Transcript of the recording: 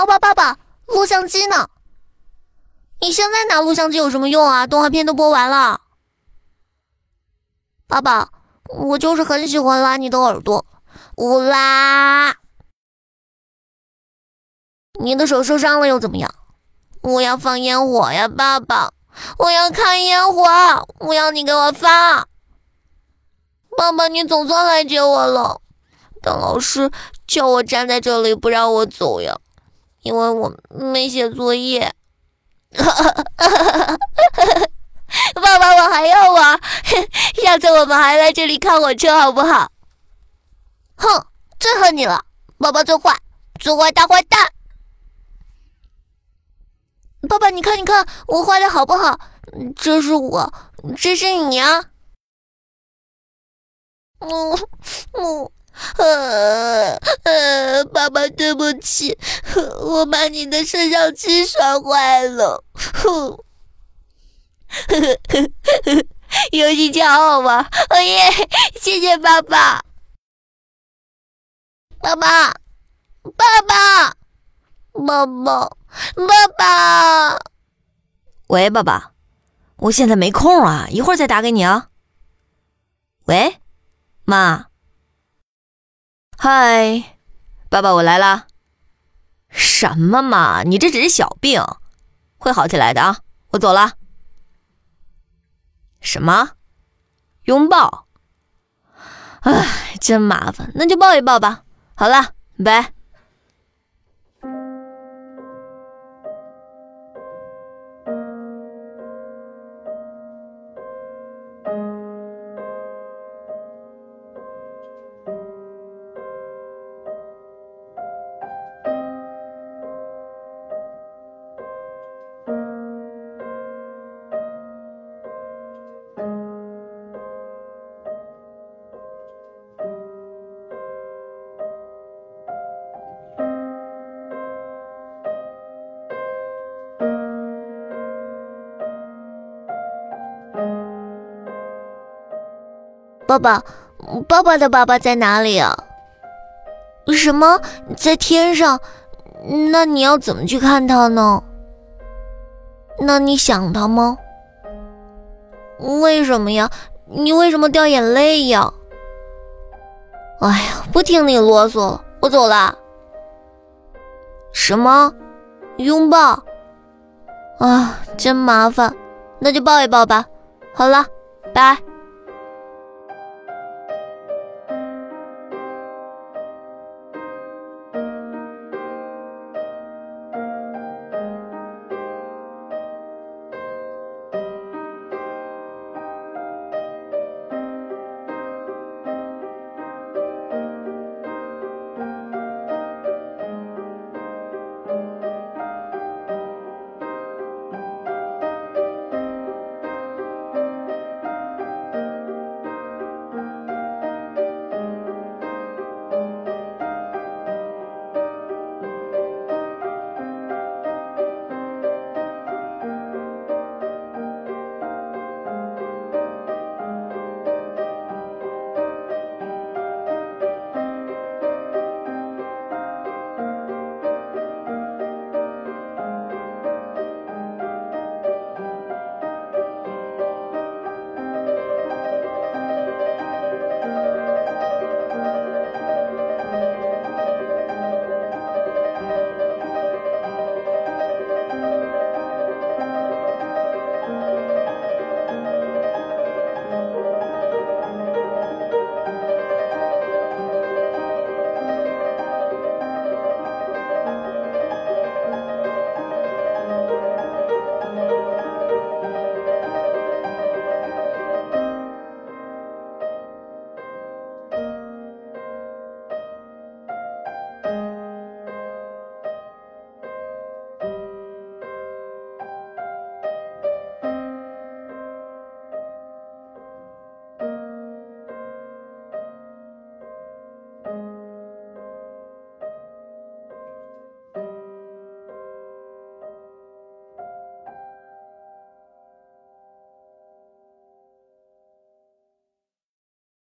爸，录像机呢？你现在拿录像机有什么用啊？动画片都播完了。爸爸，我就是很喜欢拉你的耳朵。乌拉！你的手受伤了又怎么样？我要放烟火呀，爸爸！我要看烟火，我要你给我放。爸爸，你总算来接我了。但老师叫我站在这里不让我走呀，因为我没写作业。爸爸，我还要玩，下次我们还来这里看火车好不好？哼，最恨你了，爸爸最坏，最坏大坏蛋。爸爸，你看，我画的好不好？这是我，这是你啊。爸爸，对不起，我把你的摄像机摔坏了。游戏机好好玩，哦耶！谢谢爸爸。爸爸， 喂，爸爸，我现在没空啊，一会儿再打给你啊。喂，妈。嗨，爸爸，我来啦。什么嘛，你这只是小病，会好起来的啊，我走了。什么？拥抱？唉，真麻烦，那就抱一抱吧。好了，拜。 爸爸的爸爸在哪里啊？什么？在天上？那你要怎么去看他呢？那你想他吗？为什么呀？你为什么掉眼泪呀？哎呀，不听你啰嗦了，我走了。什么？拥抱？啊，真麻烦，那就抱一抱吧。好了，拜。